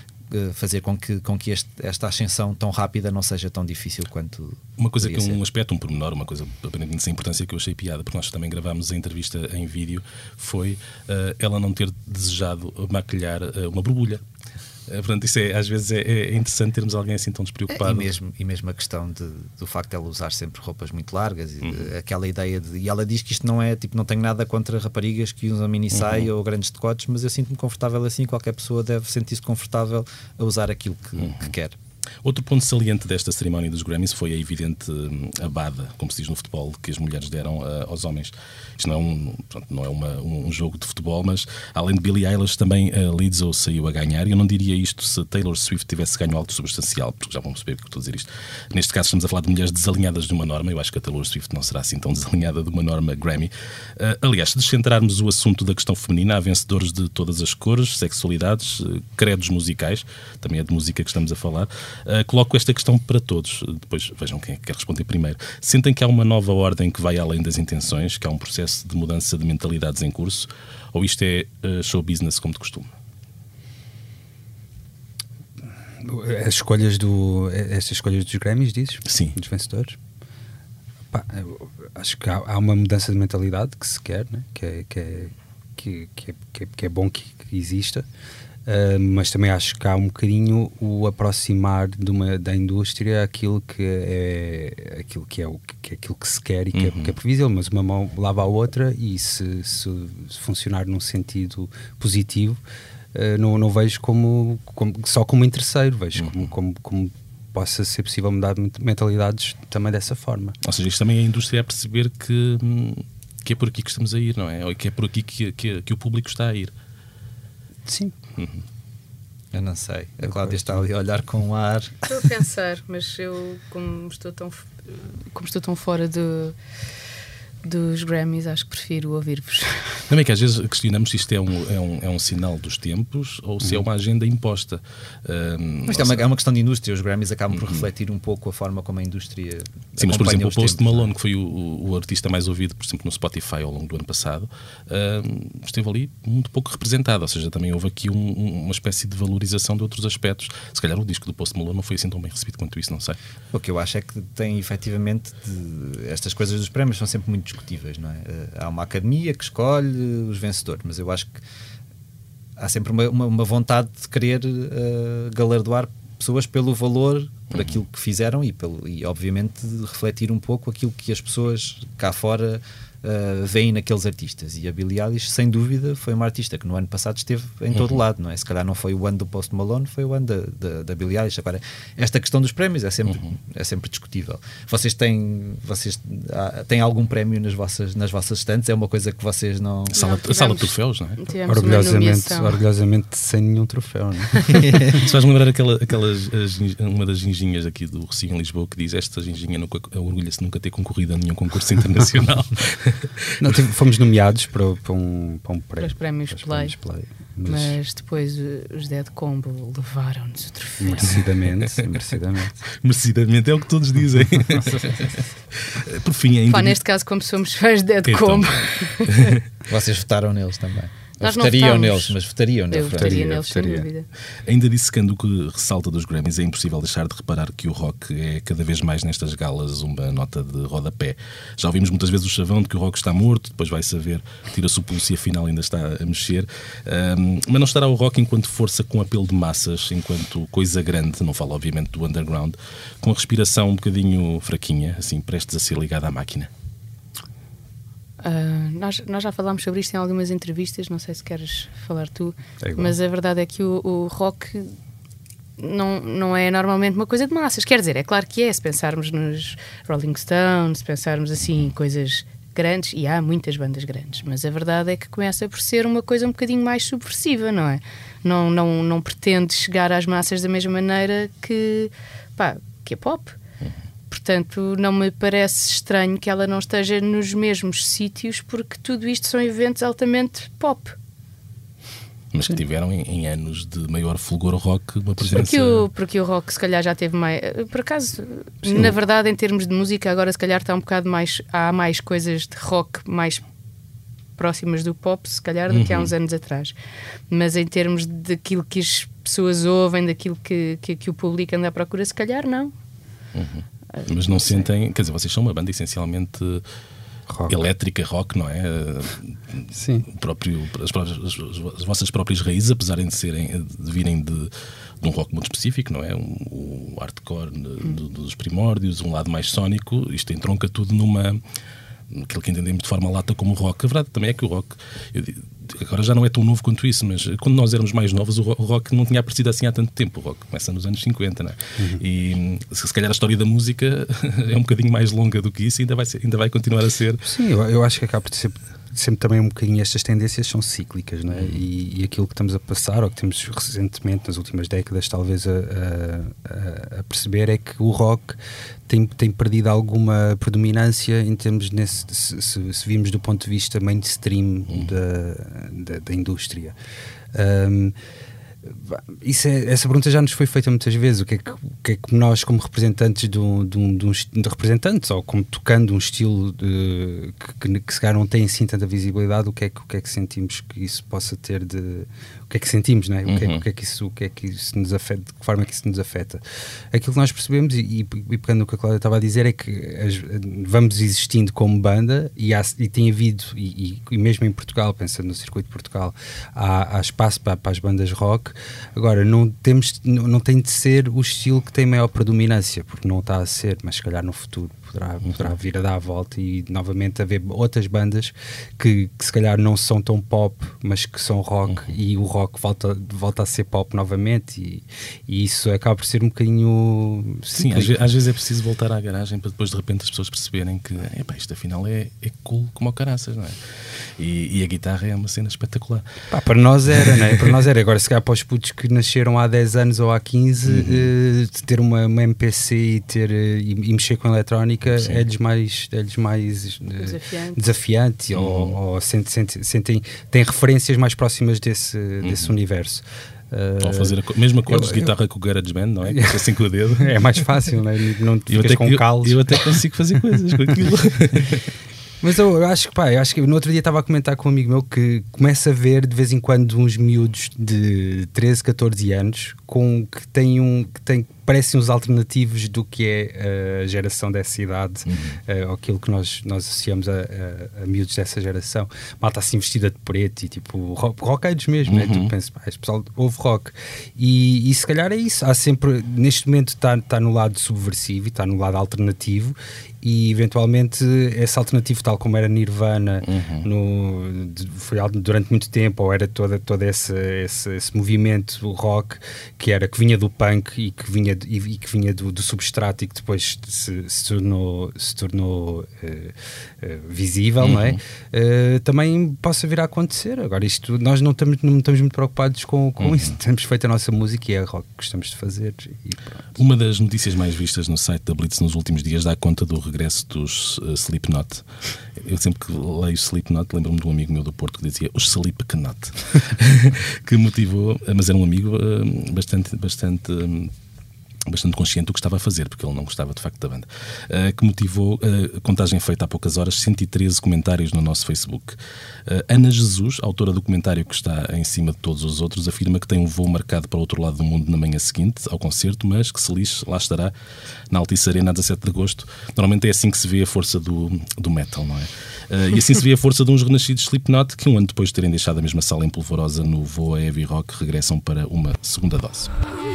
fazer com que, com que este, esta ascensão tão rápida não seja tão difícil quanto uma coisa que ser. um aspecto, um pormenor, uma coisa aparentemente sem importância que eu achei piada, porque nós também gravámos a entrevista em vídeo, foi uh, ela não ter desejado maquilhar uh, uma borbulha. Uh, portanto, isso é, às vezes é, é interessante termos alguém assim tão despreocupado. É, e, mesmo, e mesmo a questão de, do facto de ela usar sempre roupas muito largas, e, uhum. aquela ideia de. E ela diz que isto não é, tipo, não tenho nada contra raparigas que usam mini saia uhum. ou grandes decotes, mas eu sinto-me confortável assim. Qualquer pessoa deve sentir-se confortável a usar aquilo que, uhum. que quer. Outro ponto saliente desta cerimónia dos Grammys foi a evidente abada, como se diz no futebol, que as mulheres deram uh, aos homens. Isto não é, um, pronto, não é uma, um jogo de futebol, mas além de Billie Eilish, também a Lizzo saiu a ganhar. E eu não diria isto se Taylor Swift tivesse ganho algo substancial, porque já vão perceber que estou a dizer isto. Neste caso estamos a falar de mulheres desalinhadas de uma norma. Eu acho que a Taylor Swift não será assim tão desalinhada de uma norma Grammy. Uh, aliás, se descentrarmos o assunto da questão feminina, há vencedores de todas as cores, sexualidades, uh, credos musicais, também é de música que estamos a falar. Uh, coloco esta questão para todos, depois vejam quem quer responder primeiro. Sentem que há uma nova ordem que vai além das intenções, que há um processo de mudança de mentalidades em curso, ou isto é uh, show business como de costume? As escolhas do, estas escolhas dos Grammys, dizes? Sim. Dos vencedores? Pá, acho que há, há uma mudança de mentalidade que se quer, né? que, é, que, é, que, que, é, que, é, que é bom que, que exista. Uh, mas também acho que há um bocadinho o aproximar de uma, da indústria aquilo que é aquilo que é, o, que é aquilo que se quer e que, uhum. é, que é previsível, mas uma mão lava a outra, e se, se funcionar num sentido positivo, uh, não, não vejo como, como só como interesseiro, vejo uhum. como, como, como possa ser possível mudar mentalidades também dessa forma. Ou seja, isto também é a indústria a perceber que, que é por aqui que estamos a ir, não é? Ou que é por aqui que, que, que o público está a ir. Sim. Uhum. Eu não sei. A Cláudia está ali a olhar com um ar. Estou a pensar, mas eu, como estou tão, como estou tão fora do, dos Grammys, acho que prefiro ouvir-vos. Também que às vezes questionamos se isto é um, é um, é um sinal dos tempos ou se uhum. é uma agenda imposta. Um, mas é uma, é uma questão de indústria. Os Grammys acabam por uhum. refletir um pouco a forma como a indústria. Sim, mas por exemplo, o Post tempos, Malone, que foi o, o artista mais ouvido, por exemplo, no Spotify ao longo do ano passado, um, esteve ali muito pouco representado. Ou seja, também houve aqui um, uma espécie de valorização de outros aspectos. Se calhar o disco do Post Malone não foi assim tão bem recebido quanto isso, não sei. O que eu acho é que tem efetivamente de, estas coisas dos prémios são sempre muito discutíveis, não é? Há uma academia que escolhe os vencedores, mas eu acho que há sempre uma, uma, uma vontade de querer uh, galardoar pessoas pelo valor, por uhum. aquilo que fizeram e, pelo, e obviamente de refletir um pouco aquilo que as pessoas cá fora uh, veem naqueles artistas. E a Billie Eilish, sem dúvida, foi uma artista que no ano passado esteve em todo uhum. lado, não é? Se calhar não foi o ano do Post Malone, foi o ano da, da, da Billie Eilish. Agora, esta questão dos prémios é sempre, uhum. é sempre discutível. Vocês têm, vocês têm algum prémio nas vossas, nas vossas estantes? É uma coisa que vocês não... A sala, a sala de troféus, não é? Orgulhosamente, orgulhosamente sem nenhum troféu, não é? Isso faz-me lembrar aquela, aquelas, uma das ginginhas aqui do Rocinho em Lisboa que diz: esta ginginha nunca, orgulha-se de nunca ter concorrido a nenhum concurso internacional. Não, fomos nomeados para, para, um, para um prémio. Para os prémios para os Play. Prémios Play. Mas, mas depois os Dead Combo levaram-nos o troféu. Merecidamente, merecidamente. Merecidamente, é o que todos dizem. Por fim, ainda. Pá, neste caso, como somos fãs de Dead então. Combo. Vocês votaram neles também. Nós votariam neles, mas votariam neles. Eu votaria neles, sem dúvida. Ainda dissecando o que ressalta dos Grammys, é impossível deixar de reparar que o rock é cada vez mais nestas galas uma nota de rodapé. Já ouvimos muitas vezes o chavão de que o rock está morto, depois vai-se a ver, tira-se o pulso e afinal ainda está a mexer. Um, mas não estará o rock enquanto força com apelo de massas, enquanto coisa grande, não falo obviamente do underground, com a respiração um bocadinho fraquinha, assim, prestes a ser ligada à máquina? Uh, nós, nós já falámos sobre isto em algumas entrevistas, não sei se queres falar tu, é mas a verdade é que o, o rock não, não é normalmente uma coisa de massas. Quer dizer, é claro que é, se pensarmos nos Rolling Stones, se pensarmos assim, coisas grandes, e há muitas bandas grandes, mas a verdade é que começa por ser uma coisa um bocadinho mais subversiva, não é? Não, não, não pretende chegar às massas da mesma maneira que, pá, que é pop. Portanto, não me parece estranho que ela não esteja nos mesmos sítios, porque tudo isto são eventos altamente pop. Mas que tiveram em, em anos de maior fulgor rock uma presença... Porque o, porque o rock se calhar já teve mais... Por acaso, sim, na verdade, em termos de música, agora se calhar está um bocado mais... Há mais coisas de rock mais próximas do pop, se calhar, do uhum. que há uns anos atrás. Mas em termos daquilo que as pessoas ouvem, daquilo que, que, que o público anda à procura, se calhar não. Uhum. Mas não sentem, quer dizer, vocês são uma banda essencialmente rock. Elétrica, rock, não é? Sim. O próprio, as, próprias, as, as vossas próprias raízes, apesar de, serem, de virem de, de um rock muito específico, não é? Um, o hardcore hum. do, dos primórdios, um lado mais sónico, isto entronca tudo numa... aquilo que entendemos de forma lata como rock. A verdade também é que o rock, eu agora já não é tão novo quanto isso, mas quando nós éramos mais novos, o rock não tinha aparecido assim há tanto tempo. O rock começa nos anos cinquenta, não é? Uhum. E se calhar a história da música é um bocadinho mais longa do que isso e ainda vai, ser, ainda vai continuar a ser. Sim, eu, eu acho que acaba por ser sempre também um bocadinho, estas tendências são cíclicas, não é? E, e aquilo que estamos a passar, ou que temos recentemente, nas últimas décadas, talvez a, a, a perceber, é que o rock tem, tem perdido alguma predominância em termos, nesse, se, se, se vimos do ponto de vista mainstream uhum. da, da, da indústria. Um, Isso é, essa pergunta já nos foi feita muitas vezes. O que é que, o que, é que nós, como representantes de, um, de, um, de, um, de representantes, ou como tocando um estilo de, que, que se calhar não tem assim tanta visibilidade, o que, é que, o que é que sentimos que isso possa ter de. O que é que sentimos, não é? O, que é, o, que é que isso, o que é que isso nos afeta, de que forma é que isso nos afeta? Aquilo que nós percebemos, e, e pegando no que a Cláudia estava a dizer, é que as, vamos existindo como banda e, há, e tem havido, e, e mesmo em Portugal, pensando no circuito de Portugal, há, há espaço para, para as bandas rock. Agora, não, temos, não, não tem de ser o estilo que tem maior predominância, porque não está a ser, mas se calhar no futuro poderá, poderá vir a dar a volta e novamente haver outras bandas que, que se calhar não são tão pop, mas que são rock, uhum. e o rock volta, volta a ser pop novamente, e, e isso acaba por ser um bocadinho... Sim, às, às vezes é preciso voltar à garagem para depois de repente as pessoas perceberem que epá, isto afinal é, é cool como o caraças, não é? E, e a guitarra é uma cena espetacular. Pá, para nós era, não é? Para nós era. Agora, se calhar para os putos que nasceram há dez anos ou há quinze, uhum. uh, ter uma, uma M P C e, ter, uh, e, e mexer com eletrónica é-lhes mais, é-lhes mais uh, desafiante, desafiante uhum. ou, ou sentem, sentem, sentem, têm referências mais próximas desse, uhum. desse universo. Uh, ou fazer a, mesmo acordes de guitarra eu, com o GarageBand, não é? Com assim com o dedo. É mais fácil, não é? Não te ficas com calos. Eu, eu até consigo fazer coisas com aquilo. Mas eu, eu acho que, pá, eu acho que no outro dia estava a comentar com um amigo meu que começa a ver de vez em quando uns miúdos de treze, catorze anos com, que têm um, que têm, parecem uns alternativos do que é a geração dessa idade, uhum. uh, ou aquilo que nós, nós associamos a, a, a miúdos dessa geração. Malta assim vestida de preto e tipo rock, rockeiros mesmo, uhum. né? Tu pensas, pá, este pessoal ouve rock. E, e se calhar é isso. Há sempre, neste momento está tá no lado subversivo e está no lado alternativo. E eventualmente esse alternativo, tal como era Nirvana, uhum. no, de, foi durante muito tempo, ou era todo, todo esse, esse, esse movimento rock que, era, que vinha do punk e que vinha, e, e que vinha do, do substrato e que depois se, se tornou, se tornou uh, uh, visível, uhum. não é? Uh, também possa vir a acontecer. Agora, isto, nós não estamos, não estamos muito preocupados com, com uhum. isso. Temos feito a nossa música e é rock que gostamos de fazer. E uma das notícias mais vistas no site da Blitz nos últimos dias dá conta do regresso dos uh, Slipknot. Eu sempre que leio Slipknot lembro-me de um amigo meu do Porto que dizia os Slipknot, que motivou, mas era um amigo uh, bastante, bastante um, bastante consciente do que estava a fazer, porque ele não gostava de facto da banda, uh, que motivou a uh, contagem feita há poucas horas, cento e treze comentários no nosso Facebook. Uh, Ana Jesus, autora do comentário que está em cima de todos os outros, afirma que tem um voo marcado para o outro lado do mundo na manhã seguinte ao concerto, mas que se lixe, lá estará na Altice Arena a dezassete de agosto. Normalmente é assim que se vê a força do, do metal, não é? Uh, e assim se vê a força de uns renascidos Slipknot que um ano depois de terem deixado a mesma sala em Polvorosa no voo a Heavy Rock, regressam para uma segunda dose.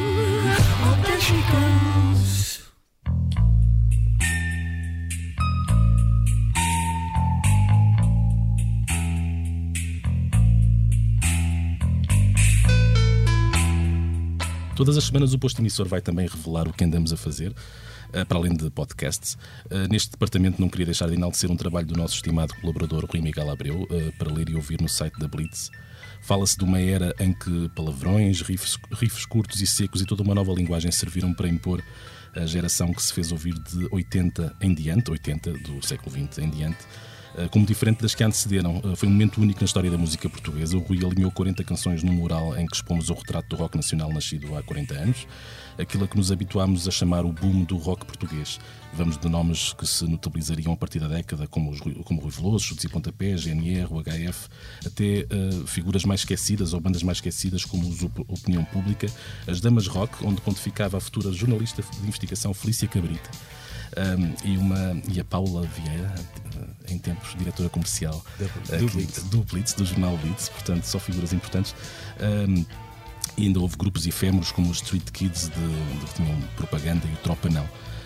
Todas as semanas o posto emissor vai também revelar o que andamos a fazer, para além de podcasts. Neste departamento não queria deixar de enaltecer um trabalho do nosso estimado colaborador Rui Miguel Abreu, para ler e ouvir no site da Blitz. Fala-se de uma era em que palavrões, riffs, riffs curtos e secos e toda uma nova linguagem serviram para impor a geração que se fez ouvir de oitenta em diante, oitenta do século vinte em diante, como diferente das que antecederam. Foi um momento único na história da música portuguesa. O Rui alinhou quarenta canções num mural em que expomos o retrato do rock nacional nascido há quarenta anos, aquilo a que nos habituámos a chamar o boom do rock português. Vamos de nomes que se notabilizariam a partir da década, como, os, como Rui Veloso, Chutes e Pontapés, G N R, o H F, até uh, figuras mais esquecidas ou bandas mais esquecidas como os Opinião Pública, as Damas Rock, onde pontificava a futura jornalista de investigação Felícia Cabrita. Um, e, uma, e a Paula Vieira, em tempos diretora comercial do, do, Blitz. do Blitz, do jornal Blitz, portanto só figuras importantes. Um, e ainda houve grupos efêmeros como os Street Kids, de, de, que tinham propaganda, e o Tropa Não.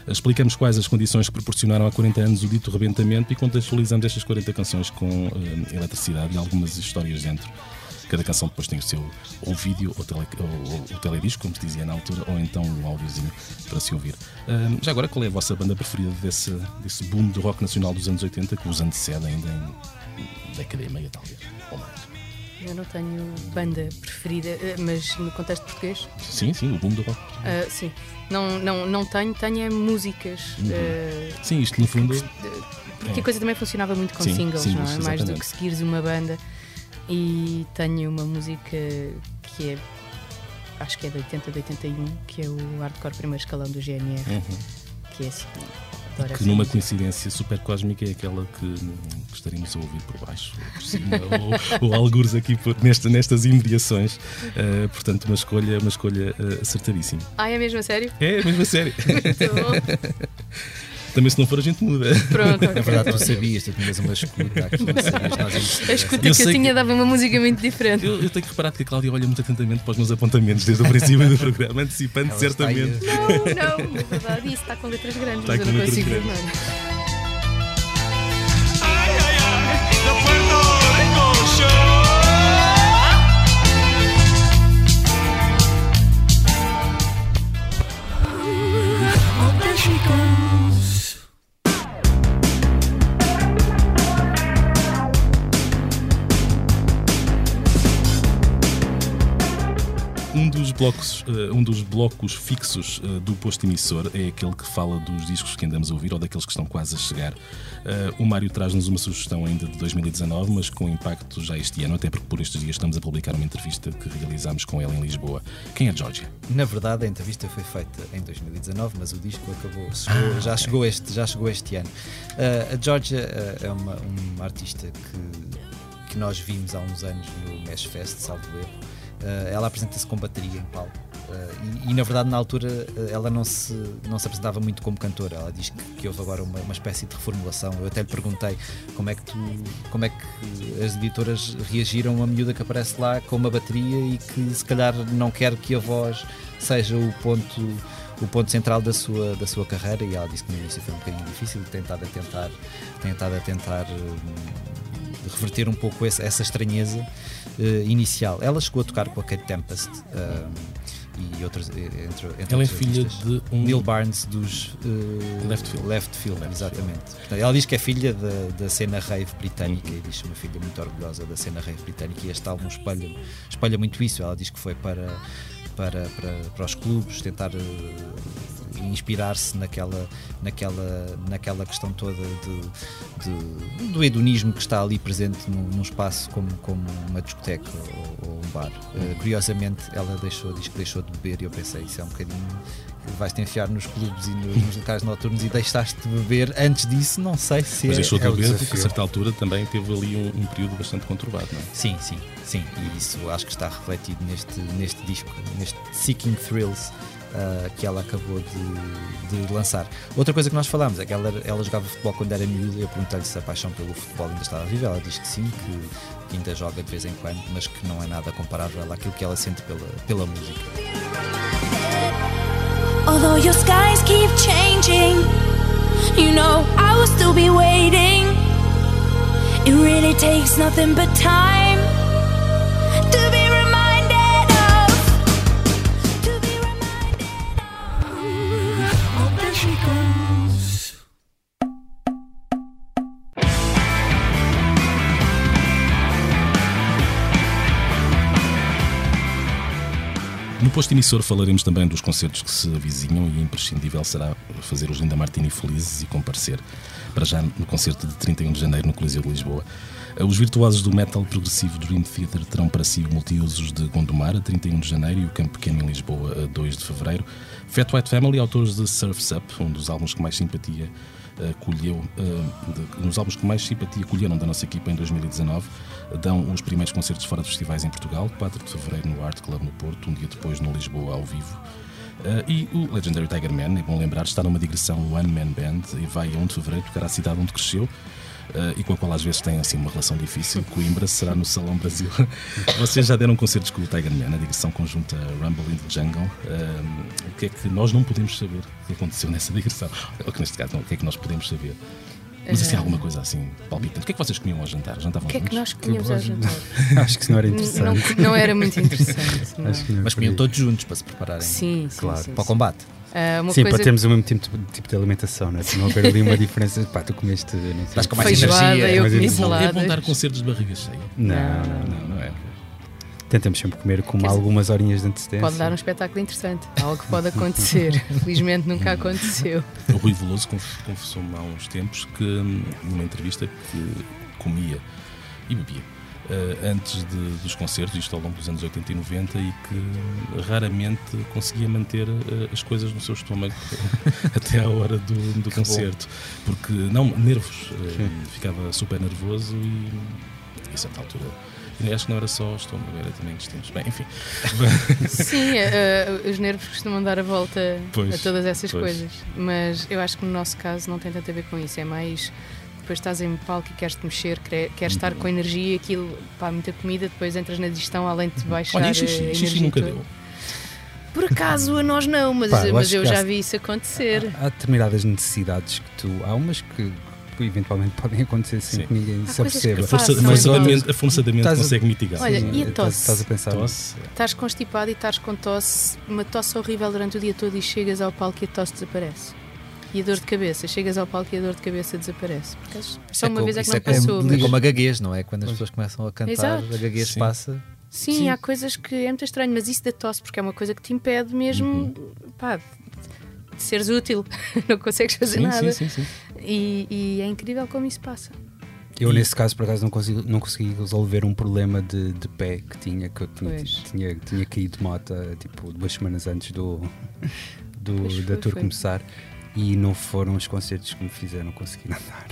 Explicamos quais as condições que proporcionaram há quarenta anos o dito rebentamento e contextualizamos estas quarenta canções com uh, eletricidade e algumas histórias dentro. Cada canção depois tem o seu ou vídeo ou, tele, ou, ou teledisco, como se dizia na altura, ou então um áudiozinho para se ouvir. Uh, já agora, qual é a vossa banda preferida desse, desse boom de rock nacional dos anos oitenta que os antecede ainda em década e meia, talvez, ou mais? Eu não tenho banda preferida, mas no contexto português? Sim, sim, o boom do rock. Uh, sim, não, não, não tenho, tenho é músicas. Uhum. Uh, sim, isto no fundo. Porque é. a coisa também funcionava muito com sim, singles, singles, não é? Mais do que seguires uma banda. E tenho uma música que é, acho que é de oitenta, de oitenta e um, que é o Hardcore Primeiro Escalão do G N R, uhum. que é assim. Que numa coincidência super cósmica é aquela que, que estaríamos a ouvir por baixo, ou por cima, ou, ou algures aqui por, nesta, nestas imediações. Uh, portanto, uma escolha, uma escolha uh, acertadíssima. Ah, é mesmo a sério? É, é mesmo a sério. Muito bom. Também se não for a gente muda. Pronto. Na verdade, tu sabias, tu tinhas uma escuta aqui, não sabias nós existir. A escuta eu que eu tinha que... dava uma música muito diferente. Eu, eu tenho que reparar que a Cláudia olha muito atentamente para os meus apontamentos desde o princípio do programa, antecipando ela certamente. Não, não, na verdade, isso está com letras grandes, está mas eu não consigo ver nada. Um dos blocos, uh, um dos blocos fixos uh, do posto emissor é aquele que fala dos discos que andamos a ouvir ou daqueles que estão quase a chegar. Uh, o Mário traz-nos uma sugestão ainda de dois mil e dezanove, mas com impacto já este ano, até porque por estes dias estamos a publicar uma entrevista que realizámos com ela em Lisboa. Quem é Georgia? Na verdade, a entrevista foi feita em dois mil e dezanove, mas o disco acabou, chegou, ah, já, okay. chegou este, já chegou este ano. Uh, a Georgia uh, é uma, uma artista que, que nós vimos há uns anos no Mesh Fest, salvo erro. Uh, ela apresenta-se com bateria em palco uh, e, e na verdade na altura uh, ela não se, não se apresentava muito como cantora. Ela diz que, que houve agora uma, uma espécie de reformulação. Eu até lhe perguntei como é que tu, como é que as editoras reagiram a uma miúda que aparece lá com uma bateria e que se calhar não quer que a voz seja o ponto, o ponto central da sua, da sua carreira, e ela disse que no início foi um bocadinho difícil, tentado a tentar, tentado a tentar um, reverter um pouco essa, essa estranheza uh, inicial. Ela chegou a tocar com a Kate Tempest uh, e outros, entre, entre ela é filha de um... Neil Barnes dos uh, Left Field, Left Field Left exatamente. Portanto, ela diz que é filha da, da cena rave britânica, uhum. e diz que é uma filha muito orgulhosa da cena rave britânica, e este álbum espalha, espalha muito isso. Ela diz que foi para, para, para, para os clubes tentar uh, inspirar-se naquela, naquela, naquela questão toda de, de, do hedonismo que está ali presente num, num espaço como, como uma discoteca ou, ou um bar. Uh, curiosamente, ela deixou, diz que deixou de beber, e eu pensei, isso é um bocadinho, vais-te enfiar nos clubes e nos, nos locais noturnos e deixaste de beber. Antes disso, não sei se Mas é, deixou de é beber porque a certa altura também teve ali um, um período bastante conturbado, não é? Sim, sim, sim, e isso acho que está refletido neste, neste disco, neste Seeking Thrills, Uh, que ela acabou de, de lançar. Outra coisa que nós falámos é que ela, ela jogava futebol quando era miúda. Eu perguntei-lhe se a paixão pelo futebol ainda estava viva. Ela diz que sim, que, que ainda joga de vez em quando, mas que não é nada comparável àquilo que ela sente pela, pela música. Although your skies keep changing, you know I will still be waiting. It really takes nothing but time to be No posto emissor falaremos também dos concertos que se avizinham, e imprescindível será fazer os Linda Martini felizes e comparecer para já no concerto de trinta e um de janeiro no Coliseu de Lisboa. Os virtuosos do metal progressivo Dream Theater terão para si o multiusos de Gondomar a trinta e um de janeiro e o Campo Pequeno em Lisboa a dois de fevereiro. Fat White Family, autores de Surf's Up, um dos álbuns que mais simpatia uh, colheu, uh, de, um dos álbuns que mais simpatia colheram da nossa equipa em dois mil e dezanove, dão os primeiros concertos fora de festivais em Portugal, quatro de fevereiro no Art Club no Porto, um dia depois no Lisboa ao vivo. Uh, e o Legendary Tiger Man, é bom lembrar, está numa digressão One Man Band e vai a um de fevereiro tocar à cidade onde cresceu. uh, e com a qual às vezes têm assim, uma relação difícil. Coimbra será no Salão Brasil. Vocês já deram concertos com o Tiger Man, na digressão conjunta Rumble in the Jungle. Uh, o que é que nós não podemos saber que aconteceu nessa digressão? Ou que neste caso, não, o que é que nós podemos saber? Mas assim, alguma coisa assim palpitante. O que é que vocês comiam ao jantar? Jantavam O que é que juntos? nós comíamos ao jantar? Acho que isso não era interessante. Não, não era muito interessante. Não. Acho que não Mas comiam todos juntos para se prepararem Sim, sim, Claro. sim, para o sim. combate. Ah, uma Sim, coisa para termos o mesmo tipo, tipo de alimentação, não é? Se não haver ali uma diferença, pá, tu comeste, não sei. Estás com mais feijoada, energia. eu Mas comi é É bom, é bom saladas. dar concertos de barriga cheia. Não, Não, não, não. Não, não é? Tentamos sempre comer com Quer dizer, algumas horinhas de antecedência. Pode dar um espetáculo interessante. Algo que pode acontecer. Felizmente nunca aconteceu. O Rui Veloso conf- confessou-me há uns tempos que, hum, numa entrevista, que comia e bebia uh, antes de, dos concertos, isto ao longo dos anos oitenta e noventa, e que raramente conseguia manter uh, as coisas no seu estômago até à hora do, do concerto. Porque, não, nervos. Uh, ficava super nervoso e, e a certa altura. E acho que não era só o estômago, era também intestinos. Bem, enfim. Sim, eh, os nervos costumam dar a volta Pois, a todas essas pois. coisas. Mas eu acho que no nosso caso não tem tanto a ver com isso. É mais depois estás em palco e queres-te mexer, quer- queres estar com energia, aquilo, pá, muita comida, depois entras na digestão, além de te baixar Olha, e a xixi, xixi energia nunca toda. deu. Por acaso a nós não, mas, Pá, eu mas acho eu que já há- vi isso acontecer. Há determinadas necessidades que tu. Há umas que, que eventualmente podem acontecer sem Sim. que ninguém Há se coisas que aperceba. A força, a Façam, força da então. mente, a força da mente Estás a- consegue mitigar. Olha, Sim, e a estás- tosse? Estás a pensar. Tosse. Estás constipado e estás com tosse, uma tosse horrível durante o dia todo e chegas ao palco e a tosse desaparece. E a dor de cabeça, chegas ao palco e a dor de cabeça desaparece. Porque só uma como- vez é que isso não como- passou. É mas- como a gaguez, não é? Quando as pessoas começam a cantar, Exato. a gaguez Sim. passa. Sim, Sim. há coisas que é muito estranho, mas isso da tosse, porque é uma coisa que te impede mesmo, pá, de seres útil. Não consegues fazer Sim, nada. sim, sim, sim. E, e é incrível como isso passa. Eu, E- nesse caso, por acaso, não consegui, não consegui resolver um problema de, de pé que tinha, que eu tinha, Pois. tinha, tinha caído de moto tipo, duas semanas antes do, do, Pois da foi, tour foi. começar. E não foram os concertos que me fizeram conseguir andar.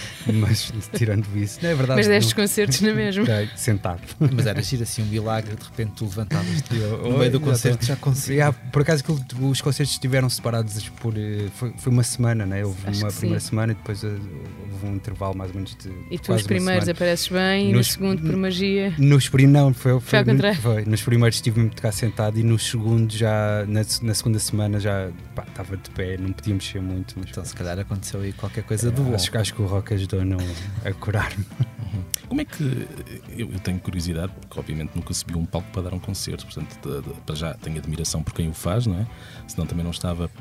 Mas, tirando isso, não é verdade. Mas destes não- concertos na mesma. Dei, sentado. Mas era giro assim um milagre, de repente tu levantavas-te no Oi, meio do já concerto tô- já consegui. E há, por acaso aquilo, os concertos estiveram separados por eh, foi, foi uma semana, né? Houve Acho uma que primeira sim. semana e depois eh, houve um intervalo mais ou menos de E tu quase os uma primeiros semana. apareces bem e no Nos- segundo por magia. Nos primeiros não, foi, Foi ao contrário. foi. Nos primeiros estive-me a tocar sentado e nos segundos já na, na segunda semana já pá, estava de pé, não podia mexer muito, mas Então se calhar aconteceu aí qualquer coisa do bom. acho, acho que o rock ajudou não, a curar-me. Como é que. Eu, eu tenho curiosidade, porque obviamente nunca subi um palco para dar um concerto, portanto, de- de- para já tenho admiração por quem o faz, não é? Senão também não estava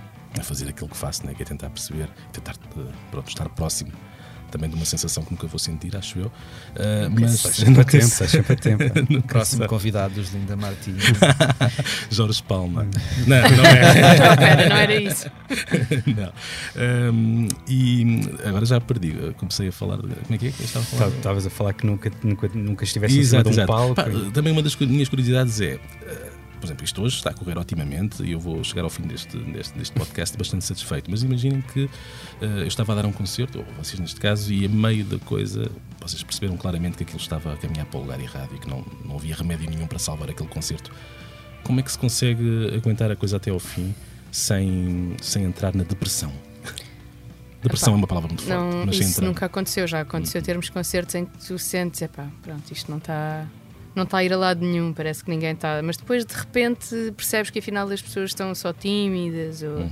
a fazer aquilo que faço, não é? Que é tentar perceber, tentar eh, pronto, estar próximo também de uma sensação que nunca vou sentir, acho eu. Ah, mas Estás sempre a tempo, estás sempre a tempo. nunca Próximo sei. convidado dos Linda Martins. Jorge Palma. Não, não é. Não, pera, não era isso. Não. Ahm, e agora já perdi. Comecei a falar. de- Como é que é que eu estava a falar? Tá- Estavas a falar que nunca, nunca, nunca estivesse em cima de um palco. Pá, também uma das cu- minhas curiosidades é, eh, por exemplo, isto hoje está a correr otimamente e eu vou chegar ao fim deste, deste, deste podcast bastante satisfeito, mas imaginem que eh, eu estava a dar um concerto, ou vocês neste caso, e a meio da coisa, vocês perceberam claramente que aquilo estava a caminhar para o lugar errado e que não, não havia remédio nenhum para salvar aquele concerto. Como é que se consegue aguentar a coisa até ao fim sem, sem entrar na depressão? Depressão Epá, é uma palavra muito forte, Não, mas sem isso entrar. nunca aconteceu. Já aconteceu Uhum. termos concertos em que tu sentes, epá, pronto, isto não está não está a ir a lado nenhum, parece que ninguém está. Mas depois de repente percebes que afinal as pessoas estão só tímidas. Ou, Uhum.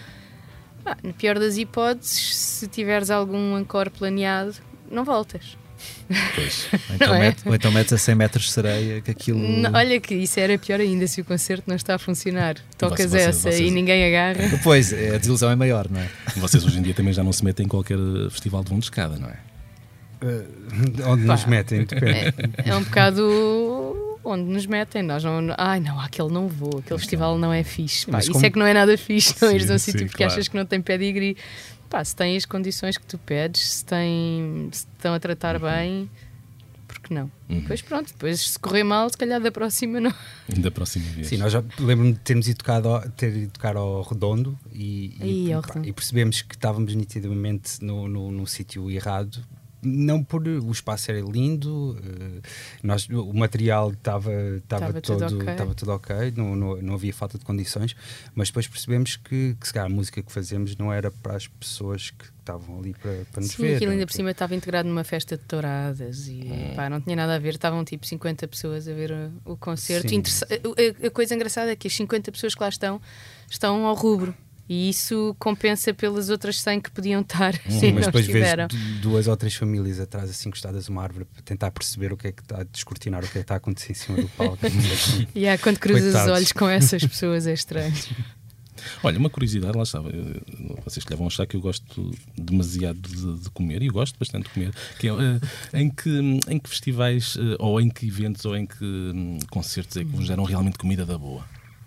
pá, na pior das hipóteses, se tiveres algum encore planeado, não voltas. Pois. Ou então, Não é? mete- ou então metes a cem metros de sereia, que aquilo. Não, olha que isso era pior ainda se o concerto não está a funcionar. Tocas vocês- essa vocês- e ninguém agarra. Pois, a desilusão é maior, não é? Vocês hoje em dia também já não se metem em qualquer festival de vão de escada, não é? Eh, onde Pá. nos metem, depende. É, é um bocado onde nos metem. Nós não, ai não, aquele não vou, aquele festival não é fixe. Pá, Mas isso como- é que não é nada fixe, não Sim, ires a um sim, sítio porque claro. achas que não tem pedigree. Pá, se tem as condições que tu pedes, se, tem, se estão a tratar bem, porque não? Uhum. Depois pronto, depois se correr mal, se calhar da próxima não. Da próxima vez. Sim, nós já lembro-me de termos ido tocar ao, ter ido tocar ao Redondo e, Aí, e, ao pá, Redondo. e percebemos que estávamos nitidamente no, no, no sítio errado não por o espaço era lindo, uh, nós, o material estava Estava todo tudo ok. estava tudo ok, não, não, não havia falta de condições, mas depois percebemos que, que se calhar, a música que fazemos não era para as pessoas que estavam ali para, para nos Sim, ver. aquilo ainda não? por cima estava integrado numa festa de touradas e pá, não tinha nada a ver. Estavam tipo cinquenta pessoas a ver o, o concerto. Sim. Interessa- a, a coisa engraçada é que as cinquenta pessoas que lá estão estão ao rubro. E isso compensa pelas outras cem que podiam estar Sim, e mas não depois vês estiveram. du- duas ou três famílias atrás, assim, encostadas a uma árvore, para tentar perceber o que é que está a descortinar, o que é que está a acontecer em cima do palco. E há, quando cruzas os Coitados. olhos com essas pessoas é estranho. Olha, uma curiosidade, lá estava, eh, vocês que levam a achar que eu gosto demasiado de, de comer, e eu gosto bastante de comer, que é, eh, em, que, em que festivais, eh, ou em que eventos, ou em que hum, concertos é que vos geram realmente comida da boa?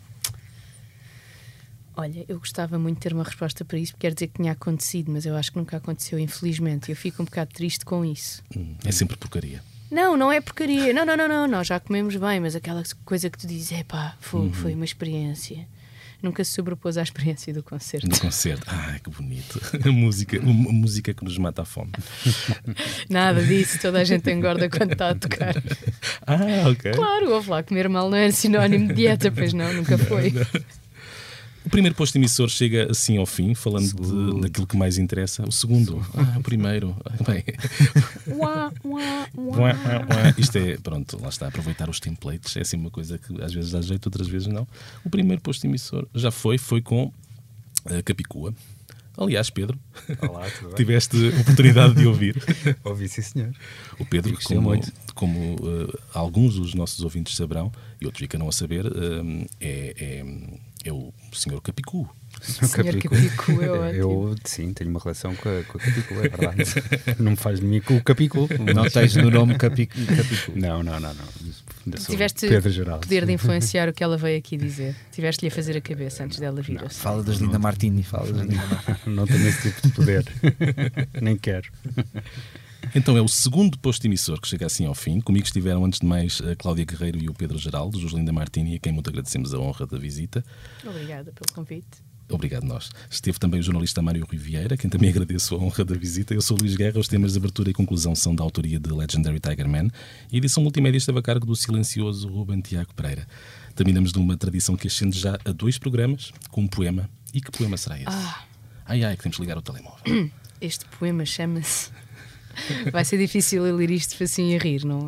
Olha, eu gostava muito de ter uma resposta para isso, porque quer dizer que tinha acontecido, mas eu acho que nunca aconteceu, infelizmente. Eu fico um bocado triste com isso. Hum, é sempre porcaria. Não, não é porcaria. Não, não, não, não. Nós já comemos bem, mas aquela coisa que tu dizes, é pá, foi, Uhum. foi uma experiência. Nunca se sobrepôs à experiência do concerto. No concerto. Ai, que bonito. A música, a música que nos mata a fome. Nada disso, toda a gente engorda quando está a tocar. Ah, ok. Claro, ouve lá, comer mal não é sinónimo de dieta, pois não, nunca foi. O primeiro posto emissor chega assim ao fim, falando de, daquilo que mais interessa. O segundo, ah, o primeiro. Ah, bem. Uá, uá, uá. Uá, uá, uá. Isto é, pronto, lá está, aproveitar os templates. É assim uma coisa que às vezes dá jeito, outras vezes não. O primeiro posto emissor já foi, foi com uh, Capicua. Aliás, Pedro, Olá, tudo bem? tiveste oportunidade de ouvir. Ouvi, sim, senhor. O Pedro, Gostei como, muito. como uh, alguns dos nossos ouvintes saberão, e outros ficarão a saber, uh, é, é, é o senhor Capicu. Senhor Capicu é ótimo. Eu, sim, tenho uma relação com a, com a Capicu, é verdade. Não me faz de mim com o Capicu. Não tens no nome Capi- Capicu. Não, não, não. não. Ainda sou Tiveste Pedro Geral. poder de influenciar o que ela veio aqui dizer. Tiveste-lhe a fazer a cabeça antes dela vir. eu sei. Fala das Linda Martini, fala das Linda Martini. Não tenho esse tipo de poder. Nem quero. Então é o segundo posto emissor que chega assim ao fim. Comigo estiveram, antes de mais, a Cláudia Guerreiro e o Pedro Geraldo, Joselinda Martini, a quem muito agradecemos a honra da visita. Obrigada pelo convite. Obrigado, nós. Esteve também o jornalista Mário Rui Vieira, quem também agradeço a honra da visita. Eu sou o Luís Guerra, os temas de abertura e conclusão são da autoria de Legendary Tiger Man e a edição multimédia esteve a cargo do silencioso Ruben Tiago Pereira. Terminamos de uma tradição que ascende já a dois programas, com um poema. E que poema será esse? Ah. Ai, ai, que temos de ligar o telemóvel. Este poema chama-se. Vai ser difícil eu ler isto assim a rir, não?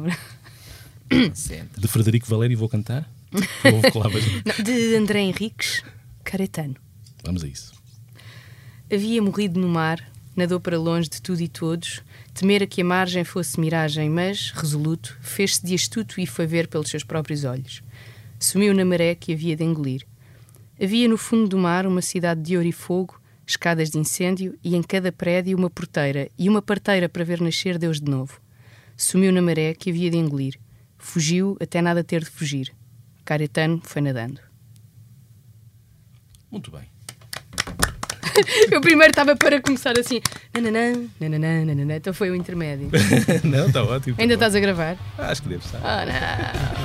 Senta. De Frederico Valério vou cantar? Ouve que lá vais- Não, de André Henriques Caretano. Vamos a isso. Havia morrido no mar, nadou para longe de tudo e todos, temera que a margem fosse miragem, mas, resoluto, fez-se de astuto e foi ver pelos seus próprios olhos. Sumiu na maré que havia de engolir. Havia no fundo do mar uma cidade de ouro e fogo, escadas de incêndio e em cada prédio uma porteira e uma parteira para ver nascer Deus de novo. Sumiu na maré que havia de engolir. Fugiu até nada ter de fugir. Caretano foi nadando. Muito bem. Eu primeiro estava para começar assim. Nananã, nananã, nananã. Então foi o intermédio. Não, está ótimo. tá Ainda bom. estás a gravar? Acho que deve estar. Ah, não.